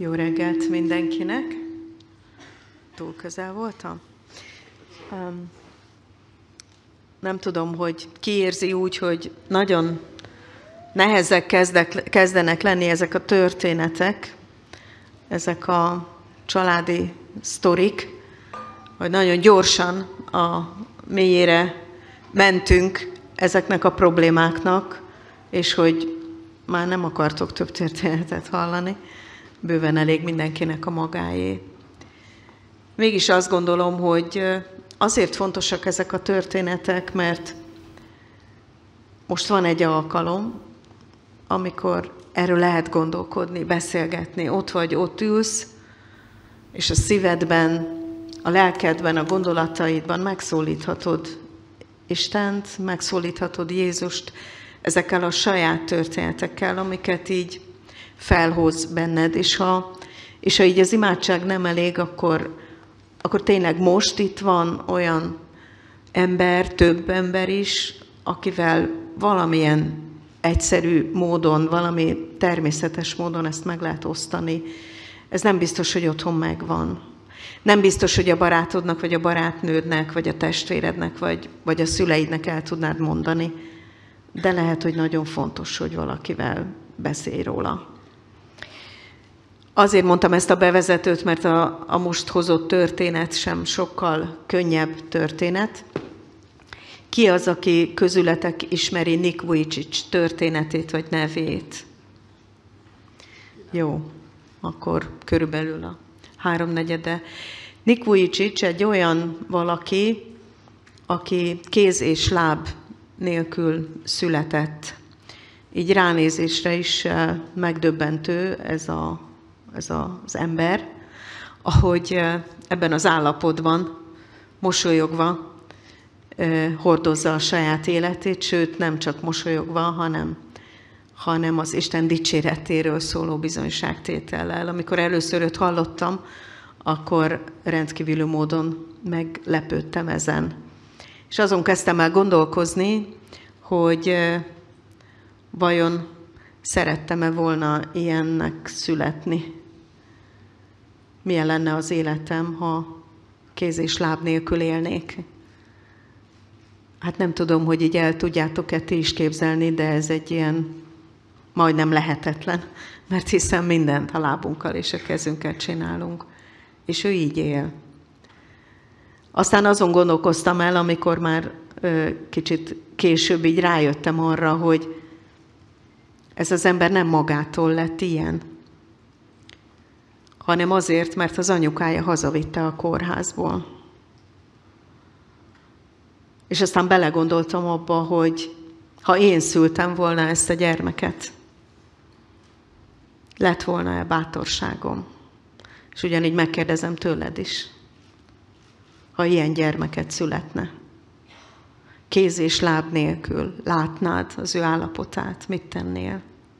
Jó reggelt mindenkinek. Túl közel voltam. Nem tudom, hogy ki érzi úgy, hogy nagyon nehezek kezdenek lenni ezek a történetek, ezek a családi sztorik, hogy nagyon gyorsan a mélyére mentünk ezeknek a problémáknak, és hogy már nem akartok több történetet hallani, bőven elég mindenkinek a magáé. Mégis azt gondolom, hogy azért fontosak ezek a történetek, mert most van egy alkalom, amikor erről lehet gondolkodni, beszélgetni. Ott vagy, ott ülsz, és a szívedben, a lelkedben, a gondolataidban megszólíthatod Istent, megszólíthatod Jézust ezekkel a saját történetekkel, amiket így felhoz benned. És ha így az imádság nem elég, akkor tényleg most itt van olyan ember, több ember is, akivel valamilyen egyszerű módon, valami természetes módon ezt meg lehet osztani. Ez nem biztos, hogy otthon megvan. Nem biztos, hogy a barátodnak, vagy a barátnődnek, vagy a testvérednek, vagy a szüleidnek el tudnád mondani, de lehet, hogy nagyon fontos, hogy valakivel beszélj róla. Azért mondtam ezt a bevezetőt, mert a most hozott történet sem sokkal könnyebb történet. Ki az, aki közületek ismeri Nick Vujicic történetét vagy nevét? Jó, akkor körülbelül a 3/4. Nick Vujicic egy olyan valaki, aki kéz és láb nélkül született. Így ránézésre is megdöbbentő ez az ember, ahogy ebben az állapotban mosolyogva hordozza a saját életét, sőt nem csak mosolyogva, hanem az Isten dicséretéről szóló bizonyságtétellel. Amikor először őt hallottam, akkor rendkívüli módon meglepődtem ezen. És azon kezdtem el gondolkozni, hogy vajon szerettem-e volna ilyennek születni? Milyen lenne az életem, ha kéz és láb nélkül élnék? Hát nem tudom, hogy így el tudjátok-e ti is képzelni, de ez egy ilyen majdnem lehetetlen, mert hiszen mindent a lábunkkal és a kezünkkel csinálunk. És ő így él. Aztán azon gondolkoztam el, amikor már kicsit később így rájöttem arra, hogy ez az ember nem magától lett ilyen, hanem azért, mert az anyukája hazavitte a kórházból. És aztán belegondoltam abba, hogy ha én szültem volna ezt a gyermeket, lett volna-e bátorságom? És ugyanígy megkérdezem tőled is, ha ilyen gyermeket születne, kéz és láb nélkül látnád az ő állapotát, mit tennél?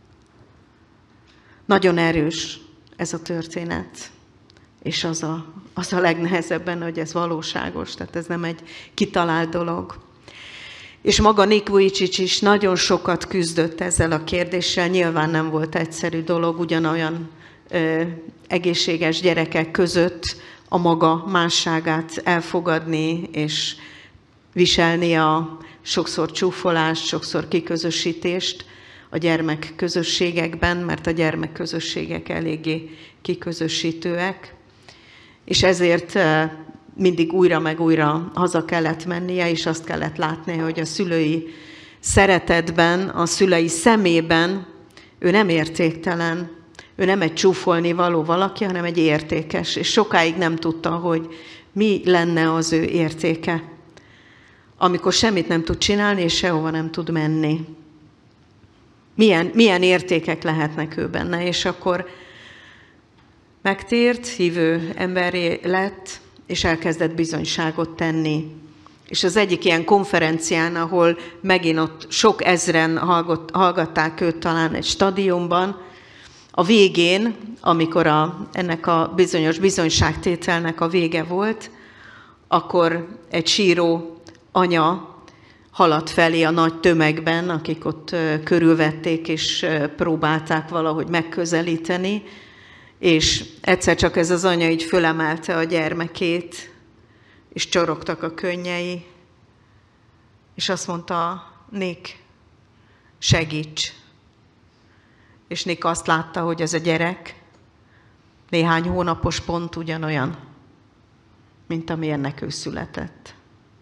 Nagyon erős ez a történet, és az a legnehezebb benne, hogy ez valóságos, tehát ez nem egy kitalált dolog. És maga Nick Vujicic is nagyon sokat küzdött ezzel a kérdéssel, nyilván nem volt egyszerű dolog, ugyanolyan egészséges gyerekek között a maga másságát elfogadni, és viselni a sokszor csúfolást, sokszor kiközösítést a gyermekközösségekben, mert a gyermekközösségek eléggé kiközösítőek, és ezért mindig újra meg újra haza kellett mennie, és azt kellett látnia, hogy a szülői szeretetben, a szülei szemében ő nem értéktelen, ő nem egy csúfolni való valaki, hanem egy értékes, és sokáig nem tudta, hogy mi lenne az ő értéke, amikor semmit nem tud csinálni, és sehova nem tud menni. Milyen értékek lehetnek ő benne, és akkor megtért, hívő emberré lett, és elkezdett bizonyságot tenni. És az egyik ilyen konferencián, ahol megint ott sok ezren hallgatták őt talán egy stadionban, a végén, amikor ennek a bizonyos bizonyságtételnek a vége volt, akkor egy síró anya haladt felé a nagy tömegben, akik ott körülvették és próbálták valahogy megközelíteni, és egyszer csak ez az anya így fölemelte a gyermekét, és csorogtak a könnyei, és azt mondta, Nick, segíts. És Nick azt látta, hogy ez a gyerek néhány hónapos pont ugyanolyan, mint amilyennek ő született.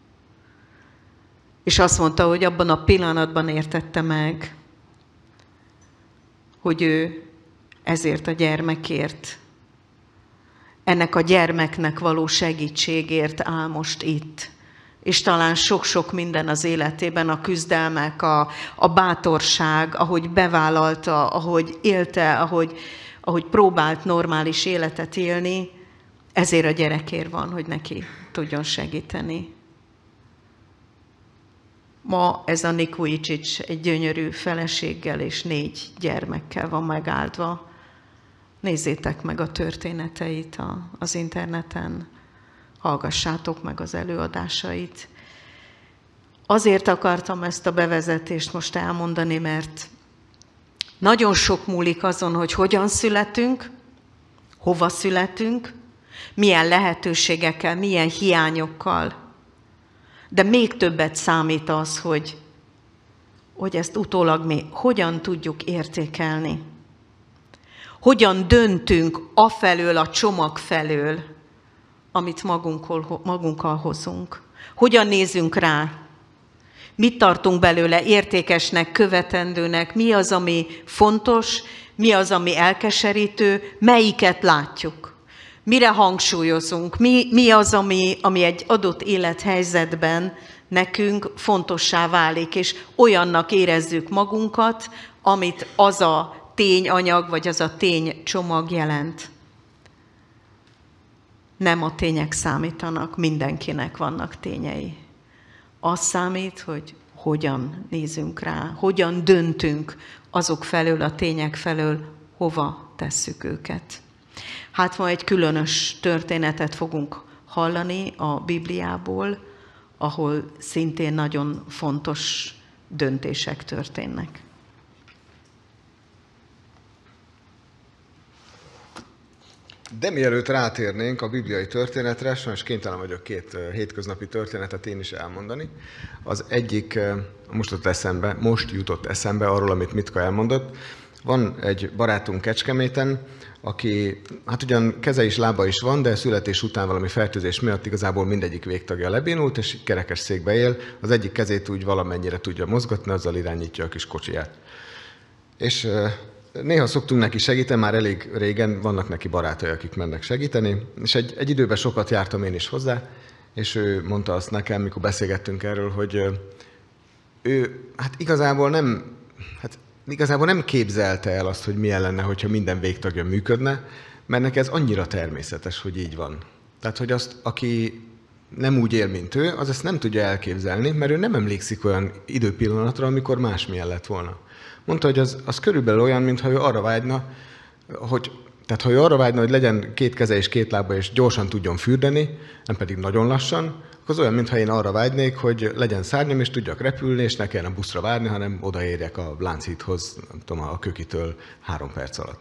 És azt mondta, hogy abban a pillanatban értette meg, hogy ő ezért a gyermekért, ennek a gyermeknek való segítségért áll most itt. És talán sok-sok minden az életében, a küzdelmek, a bátorság, ahogy bevállalta, ahogy élte, ahogy próbált normális életet élni, ezért a gyerekért van, hogy neki tudjon segíteni. Ma ez a Nick Vujicic egy gyönyörű feleséggel és 4 gyermekkel van megáldva. Nézzétek meg a történeteit az interneten, hallgassátok meg az előadásait. Azért akartam ezt a bevezetést most elmondani, mert nagyon sok múlik azon, hogy hogyan születünk, hova születünk, milyen lehetőségekkel, milyen hiányokkal. De még többet számít az, hogy ezt utólag mi hogyan tudjuk értékelni. Hogyan döntünk afelől a csomag felől, amit magunkkal hozunk. Hogyan nézünk rá? Mit tartunk belőle értékesnek, követendőnek? Mi az, ami fontos? Mi az, ami elkeserítő? Melyiket látjuk? Mire hangsúlyozunk? Mi az, ami egy adott élethelyzetben nekünk fontossá válik, és olyannak érezzük magunkat, amit az a tényanyag, vagy az a ténycsomag jelent. Nem a tények számítanak, mindenkinek vannak tényei. Az számít, hogy hogyan nézünk rá, hogyan döntünk azok felől, a tények felől, hova tesszük őket. Hát ma egy különös történetet fogunk hallani a Bibliából, ahol szintén nagyon fontos döntések történnek. De mielőtt rátérnénk a bibliai történetre, sajnos kénytelen vagyok 2 hétköznapi történetet én is elmondani. Az egyik most jutott eszembe arról, amit Mitka elmondott. Van egy barátunk Kecskeméten, aki, hát ugyan keze is, lába is van, de születés után valami fertőzés miatt igazából mindegyik végtagja lebénult, és kerekes székbe él. Az egyik kezét úgy valamennyire tudja mozgatni, azzal irányítja a kis kocsiját. És néha szoktunk neki segíteni, már elég régen vannak neki barátai, akik mennek segíteni, és egy időben sokat jártam én is hozzá, és ő mondta azt nekem, mikor beszélgettünk erről, hogy ő igazából nem képzelte el azt, hogy milyen lenne, hogyha minden végtagja működne, mert neki ez annyira természetes, hogy így van. Tehát, hogy azt, aki nem úgy él, mint ő, az ezt nem tudja elképzelni, mert ő nem emlékszik olyan időpillanatra, amikor másmilyen lett volna. Mondta, hogy az körülbelül olyan, mintha ő arra vágyna, ha ő arra vágyna, hogy legyen 2 keze és 2 lába, és gyorsan tudjon fürdeni, nem pedig nagyon lassan, akkor az olyan, mintha én arra vágynék, hogy legyen szárnyam, és tudjak repülni, és ne kellene buszra várni, hanem odaérjek a Lánchídhoz, nem tudom, a Kökitől 3 perc alatt.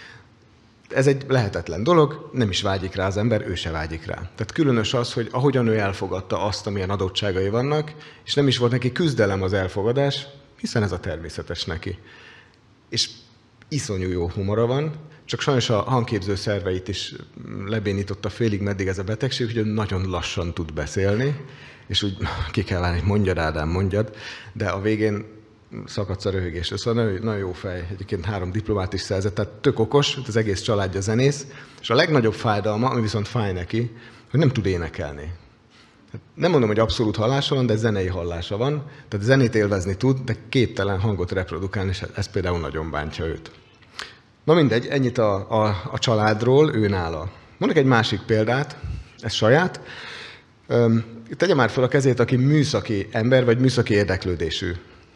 Ez egy lehetetlen dolog, nem is vágyik rá az ember, ő se vágyik rá. Tehát különös az, hogy ahogyan ő elfogadta azt, amilyen adottságai vannak, és nem is volt neki küzdelem az elfogadás, hiszen ez a természetes neki. És iszonyú jó humora van, csak sajnos a hangképző szerveit is lebénította félig meddig ez a betegség, hogy nagyon lassan tud beszélni, és úgy ki kell várni, hogy mondjad, Ádám, mondjad, de a végén szakadsz a röhögésre. Szóval nagyon jó fej, egyébként 3 diplomát is szerzett, tehát tök okos, az egész családja zenész, és a legnagyobb fájdalma, ami viszont fáj neki, hogy nem tud énekelni. Nem mondom, hogy abszolút hallása van, de zenei hallása van, tehát zenét élvezni tud, de képtelen hangot reprodukálni, és ez például nagyon bántja őt. Na mindegy, ennyit a családról, ő nála. Mondok egy másik példát, ez saját. Tegye már fel a kezét, aki műszaki ember, vagy műszaki érdeklődésű.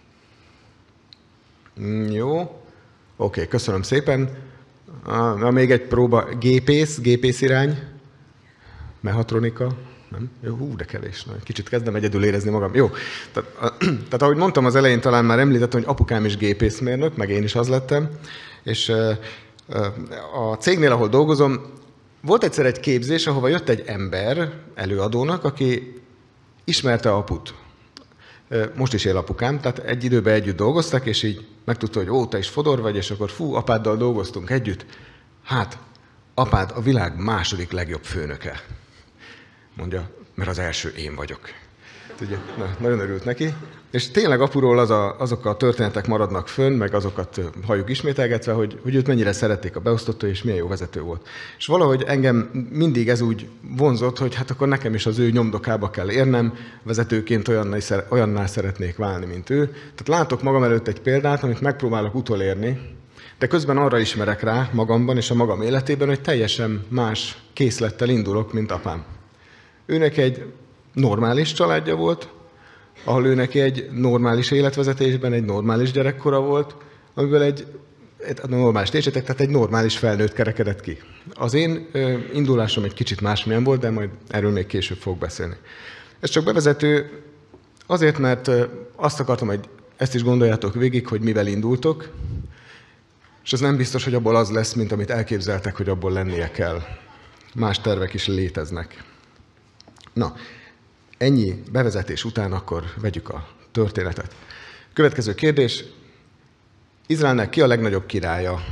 Jó, oké, köszönöm szépen. Még egy próba, gépész irány, mechatronika. Nem? Jó, de kevés. Kicsit kezdem egyedül érezni magam. Jó. Tehát ahogy mondtam az elején, talán már említettem, hogy apukám is gépészmérnök, meg én is az lettem, és A cégnél, ahol dolgozom, volt egyszer egy képzés, ahova jött egy ember előadónak, aki ismerte aput. Most is él apukám, tehát egy időben együtt dolgoztak, és így megtudta, hogy ó, te is Fodor vagy, és akkor apáddal dolgoztunk együtt. Hát, apád a világ második legjobb főnöke. Mondja, mert az első én vagyok. Ugye, nagyon örült neki. És tényleg apuról azok a történetek maradnak fönn, meg azokat halljuk ismételgetve, hogy őt mennyire szerették a beosztottai, és milyen jó vezető volt. És valahogy engem mindig ez úgy vonzott, hogy hát akkor nekem is az ő nyomdokába kell érnem, vezetőként olyanná szeretnék válni, mint ő. Tehát látok magam előtt egy példát, amit megpróbálok utolérni, de közben arra ismerek rá magamban és a magam életében, hogy teljesen más készlettel indulok, mint apám. Őnek egy normális családja volt, ahol ő neki egy normális életvezetésben egy normális gyerekkora volt, amiből egy normális térsétek, tehát egy normális felnőtt kerekedett ki. Az én indulásom egy kicsit másmilyen volt, de majd erről még később fogok beszélni. Ez csak bevezető azért, mert azt akartam, hogy ezt is gondoljátok végig, hogy mivel indultok, és ez nem biztos, hogy abból az lesz, mint amit elképzeltek, hogy abból lennie kell. Más tervek is léteznek. Na, ennyi bevezetés után akkor vegyük a történetet. Következő kérdés. Izraelnek ki a legnagyobb királya?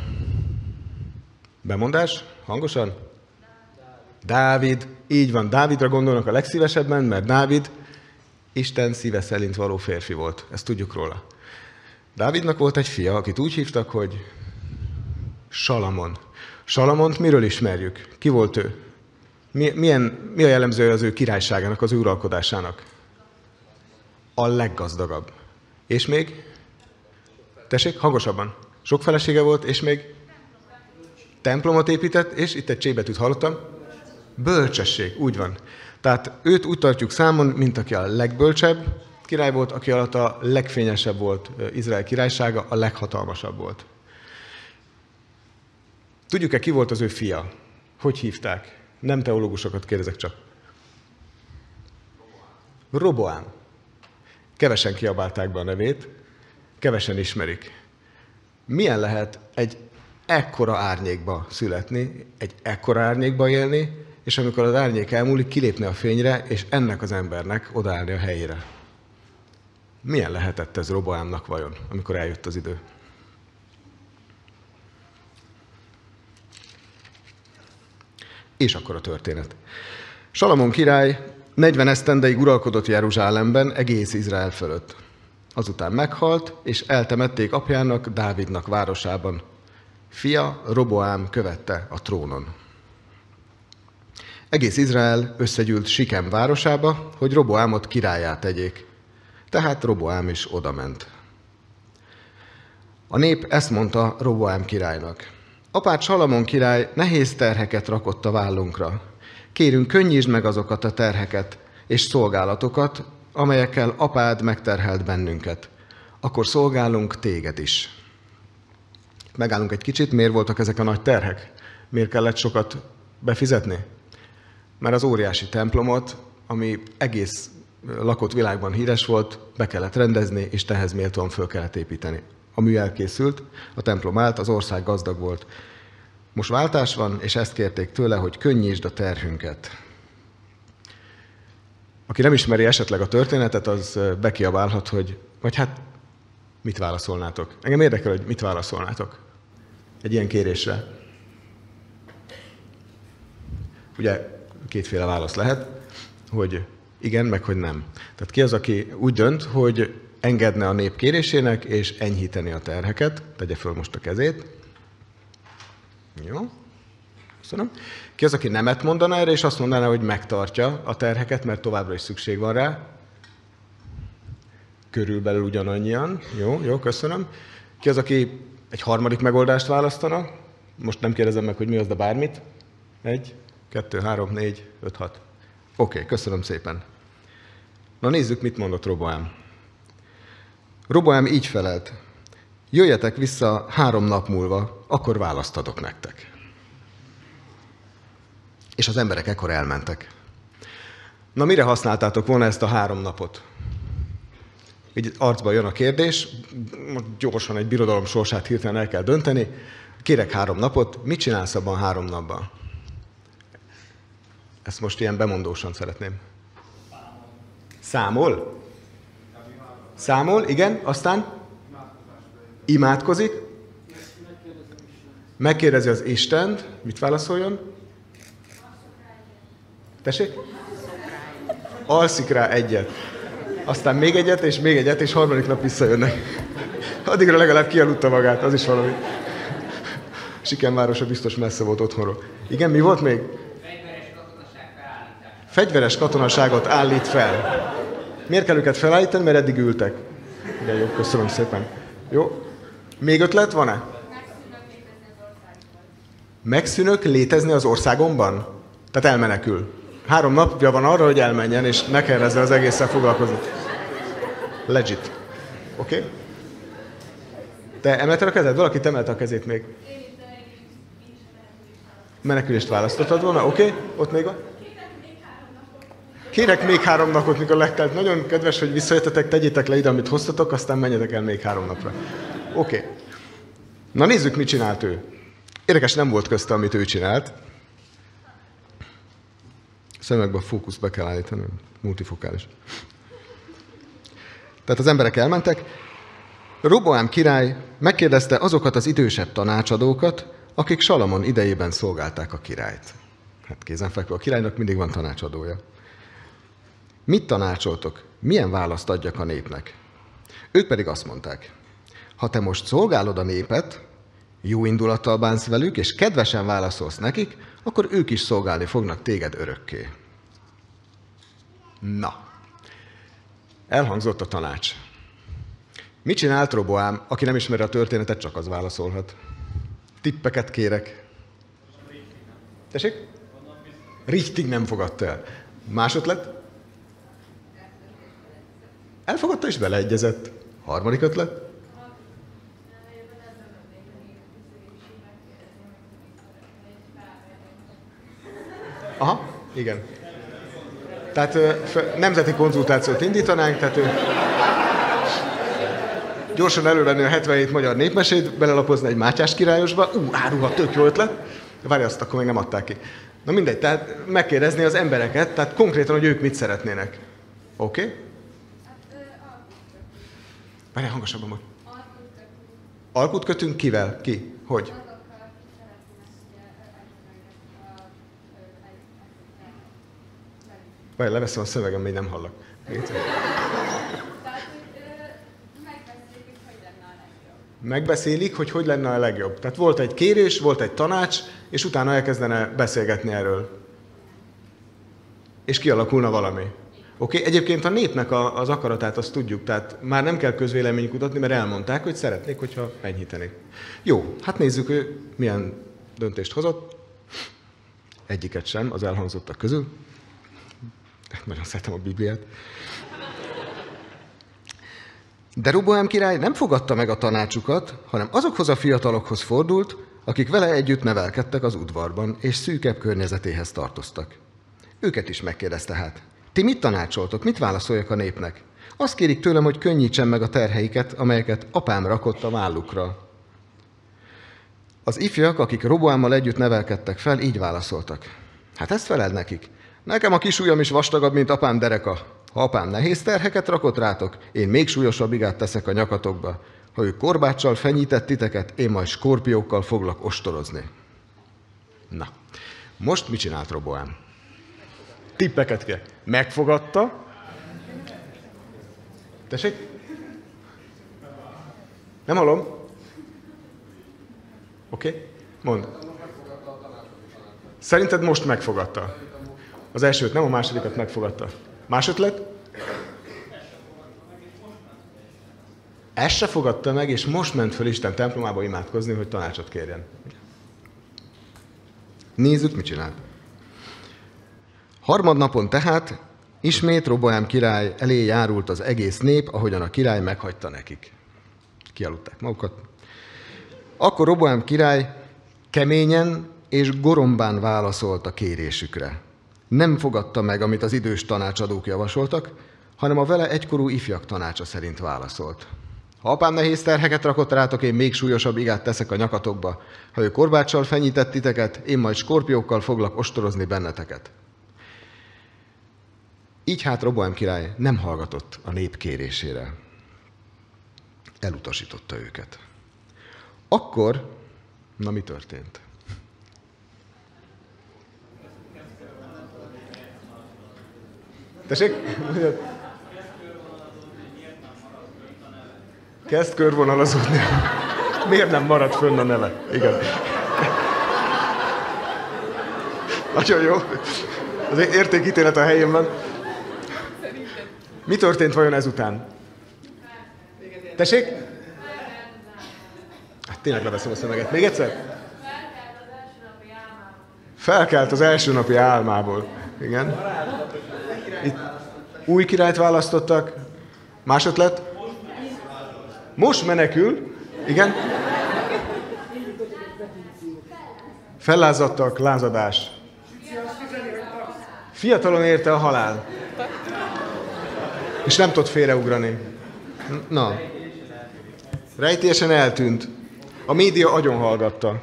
Bemondás? Hangosan? Dávid. Így van, Dávidra gondolnak a legszívesebben, mert Dávid Isten szíve szerint való férfi volt. Ezt tudjuk róla. Dávidnak volt egy fia, akit úgy hívtak, hogy Salamon. Salamont miről ismerjük? Ki volt ő? Mi a jellemzője az ő királyságának, az ő uralkodásának? A leggazdagabb. És még? Tessék, hangosabban. Sok felesége volt, és még templomot épített, és itt egy csébetűt hallottam. Bölcsesség, úgy van. Tehát őt úgy tartjuk számon, mint aki a legbölcsebb király volt, aki alatt a legfényesebb volt Izrael királysága, a leghatalmasabb volt. Tudjuk-e, ki volt az ő fia? Hogy hívták? Nem teológusokat kérdezek csak. Roboám. Kevesen kiabálták be a nevét, kevesen ismerik. Milyen lehet egy ekkora árnyékba születni, egy ekkora árnyékba élni, és amikor az árnyék elmúlik, kilépni a fényre, és ennek az embernek odaállni a helyére? Milyen lehetett ez Roboámnak vajon, amikor eljött az idő? És akkor a történet. Salamon király 40 esztendeig uralkodott Jeruzsálemben egész Izrael fölött. Azután meghalt, és eltemették apjának, Dávidnak városában. Fia Roboám követte a trónon. Egész Izrael összegyűlt Sikem városába, hogy Roboámot királlyá tegyék. Tehát Roboám is odament. A nép ezt mondta Roboám királynak. Apád Salamon király nehéz terheket rakott a vállunkra. Kérünk, könnyítsd meg azokat a terheket és szolgálatokat, amelyekkel apád megterhelt bennünket. Akkor szolgálunk téged is. Megállunk egy kicsit, miért voltak ezek a nagy terhek? Miért kellett sokat befizetni? Mert az óriási templomot, ami egész lakott világban híres volt, be kellett rendezni, és ehhez méltóan föl kellett építeni. A mű elkészült, a templom állt, az ország gazdag volt. Most váltás van, és ezt kérték tőle, hogy könnyítsd a terhünket. Aki nem ismeri esetleg a történetet, az bekiabálhat, hogy vagy hát mit válaszolnátok? Engem érdekel, hogy mit válaszolnátok egy ilyen kérésre. Ugye kétféle válasz lehet, hogy igen, meg hogy nem. Tehát ki az, aki úgy dönt, hogy engedne a nép kérésének, és enyhíteni a terheket. Tegye föl most a kezét. Jó. Köszönöm. Ki az, aki nemet mondaná erre, és azt mondaná, hogy megtartja a terheket, mert továbbra is szükség van rá? Körülbelül ugyanannyian. Jó, köszönöm. Ki az, aki egy harmadik megoldást választana? Most nem kérdezem meg, hogy mi az, de bármit. 1, 2, 3, 4, 5, 6. Oké, köszönöm szépen. Na nézzük, mit mondott Roboám. Roboám így felelt. Jöjjetek vissza 3 nap múlva, akkor választ adok nektek. És az emberek ekkor elmentek. Na, mire használtátok volna ezt a 3 napot? Így arcba jön a kérdés, gyorsan egy birodalom sorsát hirtelen el kell dönteni. Kérek 3 napot, mit csinálsz abban 3 napban? Ezt most ilyen bemondósan szeretném. Számol? Számol, igen, aztán? Imádkozik. Megkérdezi az Istent, mit válaszoljon? Tessék? Alszik rá egyet. Aztán még egyet, és harmadik nap visszajönnek. Addigra legalább kialudta magát, az is valami. Sikenvárosa biztos messze volt otthonról. Igen, mi volt még? Fegyveres katonaságot állít fel. Miért kell őket felállítani? Mert eddig ültek. Igen, jó, köszönöm szépen. Jó. Még ötlet van-e? Megszűnök létezni az országomban? Tehát elmenekül. 3 napja van arra, hogy elmenjen, és ne kell ezzel az egésszel foglalkozni. Legit. Oké? Okay? Te emelted a kezed? Valaki emelte a kezét még? Menekülést választottad volna? Oké? Okay? Ott még van? Kérek még 3 napot, mikor legtelt. Nagyon kedves, hogy visszajöttetek, tegyétek le ide, amit hoztatok, aztán menjetek el még 3 napra. Oké. Okay. Na nézzük, mit csinált ő. Érdekes, nem volt közte, amit ő csinált. Szemekben fókuszt be kell állítani, multifokális. Tehát az emberek elmentek. Roboám király megkérdezte azokat az idősebb tanácsadókat, akik Salamon idejében szolgálták a királyt. Hát kézenfekvő, a királynak mindig van tanácsadója. Mit tanácsoltok? Milyen választ adjak a népnek? Ők pedig azt mondták, ha te most szolgálod a népet, jó indulattal bánsz velük, és kedvesen válaszolsz nekik, akkor ők is szolgálni fognak téged örökké. Na, elhangzott a tanács. Mit csinált Roboám, aki nem ismeri a történetet, csak az válaszolhat. Tippeket kérek. Tessék? Richtig nem fogadta el. Más ötlet? Elfogadta és beleegyezett. Harmadik ötlet? Aha, igen. Tehát nemzeti konzultációt indítanánk, tehát gyorsan elővenni a 77 magyar népmesét, belelapozni egy Mátyás királyosba, áruha, tök jó ötlet. Várj, azt akkor még nem adták ki. Na mindegy, tehát megkérdezni az embereket, tehát konkrétan, hogy ők mit szeretnének. Oké? Okay? Várjál, hangosabban majd. Alkut kötünk kivel? Ki? Hogy? Várjál, leveszem a szövegem, még nem hallak. Megbeszélik, hogy lenne a legjobb. Tehát volt egy kérés, volt egy tanács, és utána elkezdene beszélgetni erről. És kialakulna valami. Oké? Egyébként a népnek az akaratát azt tudjuk, tehát már nem kell közvéleményt kutatni, mert elmondták, hogy szeretnék, hogyha enyhítenék. Jó, hát nézzük, ő milyen döntést hozott. Egyiket sem, az elhangzottak közül. Nagyon szeretem a Bibliát. De Roboám király nem fogadta meg a tanácsukat, hanem azokhoz a fiatalokhoz fordult, akik vele együtt nevelkedtek az udvarban, és szűkebb környezetéhez tartoztak. Őket is megkérdezte hát. Ti mit tanácsoltok, mit válaszoljak a népnek? Azt kérik tőlem, hogy könnyítsem meg a terheiket, amelyeket apám rakott a vállukra. Az ifjak, akik Roboámmal együtt nevelkedtek fel, így válaszoltak. Hát ezt feled nekik. Nekem a kis ujjam is vastagabb, mint apám dereka. Ha apám nehéz terheket rakott rátok, én még súlyosabb igát teszek a nyakatokba. Ha ő korbáccsal fenyített titeket, én majd skorpiókkal foglak ostorozni. Na, most mit csinált Roboám? Tippeket kell. Megfogadta. Tessék? Nem hallom? Oké, mondd. Szerinted most megfogadta? Az elsőt nem, a másodikat megfogadta. Más ötlet? Ezt se fogadta meg, és most ment föl Isten templomába imádkozni, hogy tanácsot kérjen. Nézzük, mit csinált. Harmadnapon tehát ismét Roboám király elé járult az egész nép, ahogyan a király meghagyta nekik. Kialudták magukat. Akkor Roboám király keményen és gorombán válaszolt a kérésükre. Nem fogadta meg, amit az idős tanácsadók javasoltak, hanem a vele egykorú ifjak tanácsa szerint válaszolt. Ha apám nehéz terheket rakott rátok, én még súlyosabb igát teszek a nyakatokba. Ha ő korbáccsal fenyített titeket, én majd skorpiókkal foglak ostorozni benneteket. Így hát Roboám király nem hallgatott a nép kérésére. Elutasította őket. Akkor, na mi történt? Tessék? Kezd körvonalazódni. Miért nem maradt fönn a neve? Igen. Nagyon jó. Az értékítélet a helyén van. Mi történt vajon ezután? Tessék? Hát tényleg leveszem a szemeget. Még egyszer? Felkelt az első napi álmából. Igen. Itt új királyt választottak. Más ötlet? Most menekül. Igen. Fellázadtak, lázadás. Fiatalon érte a halál. És nem tudott félreugrani. Na. Rejtélyesen eltűnt. A média agyon hallgatta.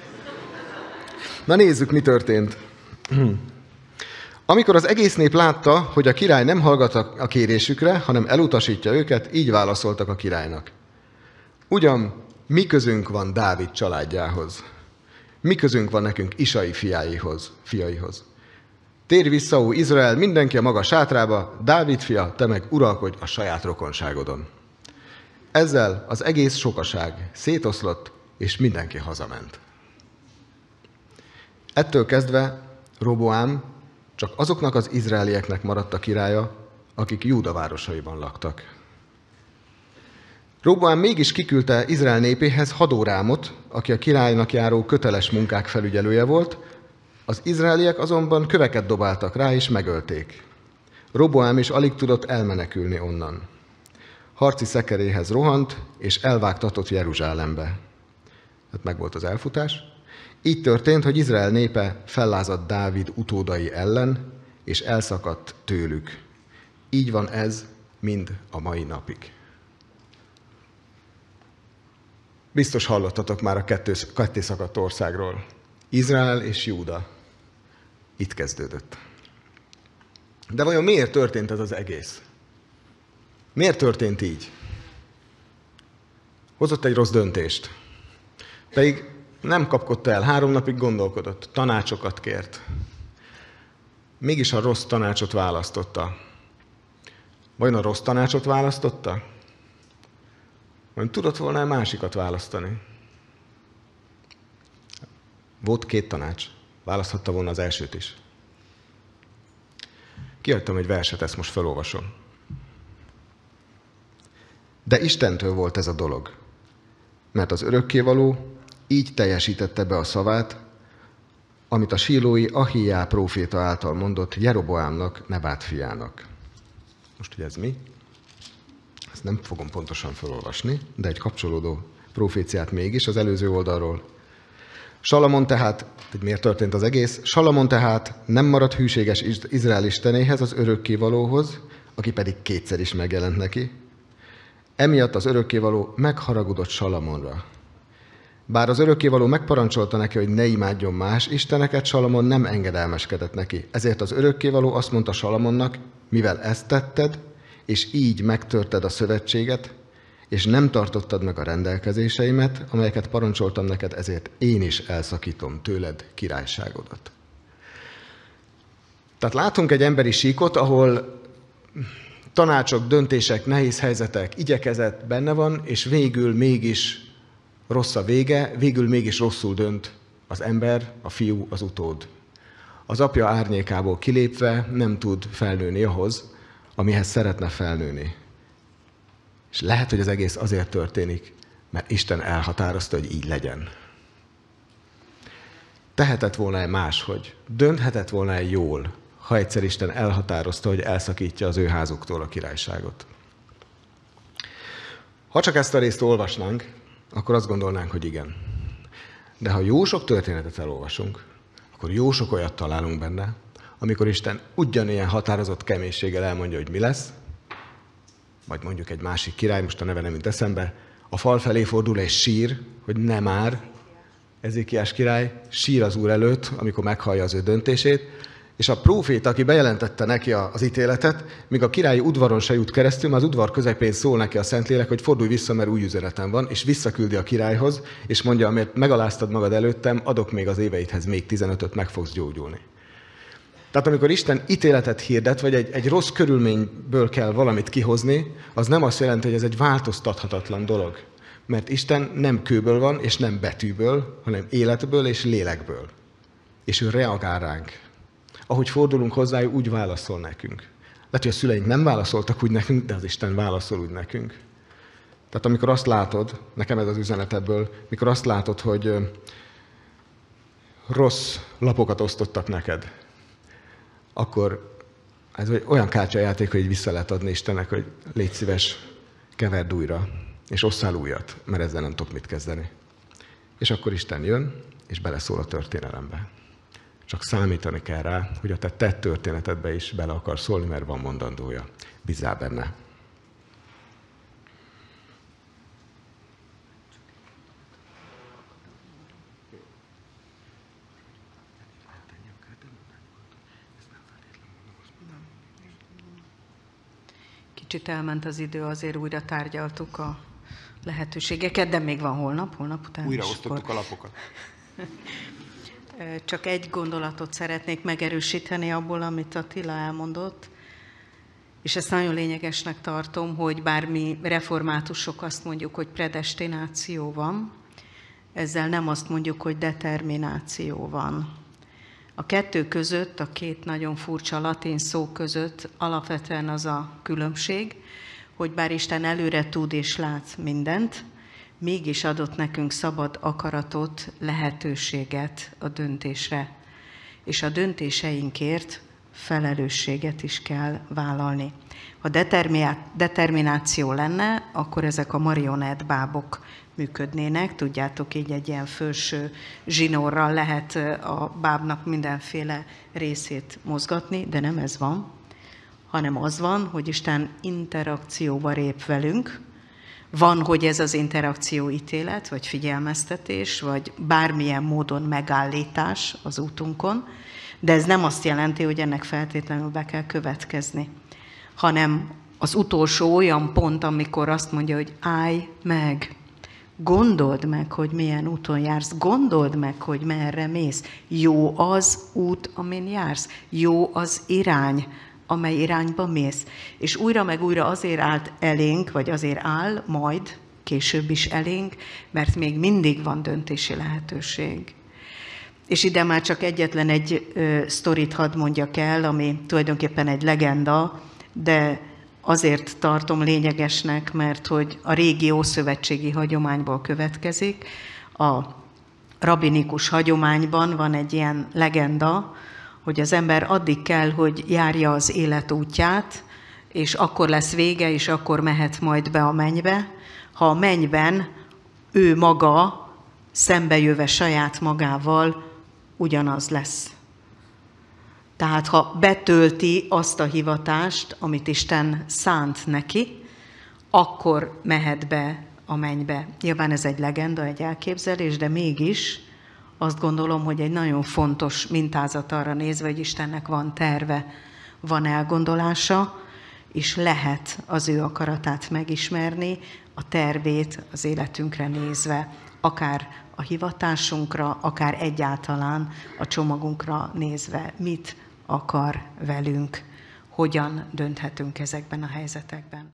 Na nézzük, mi történt. Amikor az egész nép látta, hogy a király nem hallgat a kérésükre, hanem elutasítja őket, így válaszoltak a királynak. Ugyan, mi közünk van Dávid családjához? Mi közünk van nekünk Isai fiaihoz? Térj vissza, ó Izrael, mindenki a maga sátrába, Dávid fia, te meg uralkodj a saját rokonságodon. Ezzel az egész sokaság szétoszlott, és mindenki hazament. Ettől kezdve Roboám csak azoknak az izraelieknek maradt a királya, akik Júda városaiban laktak. Roboám mégis kiküldte Izrael népéhez Hadórámot, aki a királynak járó köteles munkák felügyelője volt, az izraeliek azonban köveket dobáltak rá és megölték. Roboám is alig tudott elmenekülni onnan. Harci szekeréhez rohant, és elvágtatott Jeruzsálembe. Hát megvolt az elfutás. Így történt, hogy Izrael népe fellázadt Dávid utódai ellen, és elszakadt tőlük. Így van ez mind a mai napig. Biztos hallottatok már a ketté szakadt országról. Izrael és Júda. Itt kezdődött. De vajon miért történt ez az egész? Miért történt így? Hozott egy rossz döntést. Pedig nem kapkodta el, 3 napig gondolkodott, tanácsokat kért. Mégis a rossz tanácsot választotta. Vajon a rossz tanácsot választotta? Vajon tudott volna egy másikat választani? Volt 2 tanács. Választhatta volna az elsőt is. Kiadtam egy verset, ezt most felolvasom. De Istentől volt ez a dolog, mert az örökkévaló így teljesítette be a szavát, amit a sílói Ahiá próféta által mondott Jeroboámnak, Nebát fiának. Most, hogy ez mi? Ezt nem fogom pontosan felolvasni, de egy kapcsolódó proféciát mégis az előző oldalról. Salamon tehát, miért történt az egész? Salamon tehát nem maradt hűséges Izrael istenéhez, az örökkévalóhoz, aki pedig 2-szer is megjelent neki. Emiatt az örökkévaló megharagudott Salamonra. Bár az örökkévaló megparancsolta neki, hogy ne imádjon más isteneket, Salamon nem engedelmeskedett neki. Ezért az örökkévaló azt mondta Salamonnak, mivel ezt tetted, és így megtörted a szövetséget, és nem tartottad meg a rendelkezéseimet, amelyeket parancsoltam neked, ezért én is elszakítom tőled királyságodat. Tehát látunk egy emberi síkot, ahol tanácsok, döntések, nehéz helyzetek, igyekezet benne van, és végül mégis rossz a vége, végül mégis rosszul dönt az ember, a fiú, az utód. Az apja árnyékából kilépve nem tud felnőni ahhoz, amihez szeretne felnőni. És lehet, hogy az egész azért történik, mert Isten elhatározta, hogy így legyen. Tehetett volna-e máshogy? Dönthetett volna-e jól, ha egyszer Isten elhatározta, hogy elszakítja az ő házuktól a királyságot? Ha csak ezt a részt olvasnánk, akkor azt gondolnánk, hogy igen. De ha jó sok történetet elolvasunk, akkor jó sok olyat találunk benne, amikor Isten ugyanilyen határozott keménységgel elmondja, hogy mi lesz, vagy mondjuk egy másik király, most a neve nem jut eszembe, a fal felé fordul és sír, hogy ne már, Ezékiás király sír az Úr előtt, amikor meghallja az ő döntését, és a próféta, aki bejelentette neki az ítéletet, míg a királyi udvaron se jut keresztül, mert az udvar közepén szól neki a Szentlélek, hogy fordulj vissza, mert új üzenetem van, és visszaküldi a királyhoz, és mondja, amért megaláztad magad előttem, adok még az éveidhez még 15-öt, meg fogsz gyógyulni. Tehát amikor Isten ítéletet hirdet, vagy egy rossz körülményből kell valamit kihozni, az nem azt jelenti, hogy ez egy változtathatatlan dolog. Mert Isten nem kőből van, és nem betűből, hanem életből és lélekből. És ő reagál ránk. Ahogy fordulunk hozzá, úgy válaszol nekünk. Lehet, hogy a szüleink nem válaszoltak úgy nekünk, de az Isten válaszol úgy nekünk. Tehát amikor azt látod, nekem ez az üzenet ebből, mikor azt látod, hogy rossz lapokat osztottak neked, akkor ez olyan kártyajáték, hogy így vissza lehet adni Istennek, hogy légy szíves, keverd újra, és osszál újat, mert ezzel nem tudok mit kezdeni. És akkor Isten jön, és beleszól a történelembe. Csak számítani kell rá, hogy a te tett történetedbe is bele akar szólni, mert van mondandója. Bízzál benne. Kicsit elment az idő, azért újra tárgyaltuk a lehetőségeket, de még van holnap után. Újra osztottuk a lapokat. Csak egy gondolatot szeretnék megerősíteni abból, amit Attila elmondott, és ezt nagyon lényegesnek tartom, hogy bár mi reformátusok azt mondjuk, hogy predestináció van, ezzel nem azt mondjuk, hogy determináció van. A kettő között, a két nagyon furcsa latin szó között alapvetően az a különbség, hogy bár Isten előre tud és lát mindent, mégis adott nekünk szabad akaratot, lehetőséget a döntésre. És a döntéseinkért felelősséget is kell vállalni. Ha determináció lenne, akkor ezek a marionett bábok működnének. Tudjátok, így egy ilyen felső zsinórral lehet a bábnak mindenféle részét mozgatni, de nem ez van, hanem az van, hogy Isten interakcióba lép velünk. Van, hogy ez az interakció ítélet, vagy figyelmeztetés, vagy bármilyen módon megállítás az útunkon, de ez nem azt jelenti, hogy ennek feltétlenül be kell következni, hanem az utolsó olyan pont, amikor azt mondja, hogy állj meg, gondold meg, hogy milyen úton jársz, gondold meg, hogy merre mész. Jó az út, amin jársz, jó az irány, amely irányba mész. És újra meg újra azért állt elénk, vagy azért áll majd, később is elénk, mert még mindig van döntési lehetőség. És ide már csak egyetlen egy sztorit hadd mondjak el, ami tulajdonképpen egy legenda, de azért tartom lényegesnek, mert hogy a régi ószövetségi hagyományból következik. A rabinikus hagyományban van egy ilyen legenda, hogy az ember addig kell, hogy járja az élet útját, és akkor lesz vége, és akkor mehet majd be a mennybe, ha a mennyben ő maga szembejöve saját magával ugyanaz lesz. Tehát ha betölti azt a hivatást, amit Isten szánt neki, akkor mehet be a mennybe. Nyilván ez egy legenda, egy elképzelés, de mégis azt gondolom, hogy egy nagyon fontos mintázat arra nézve, hogy Istennek van terve, van elgondolása, és lehet az ő akaratát megismerni, a tervét az életünkre nézve, akár a hivatásunkra, akár egyáltalán a csomagunkra nézve, mit akar velünk, hogyan dönthetünk ezekben a helyzetekben.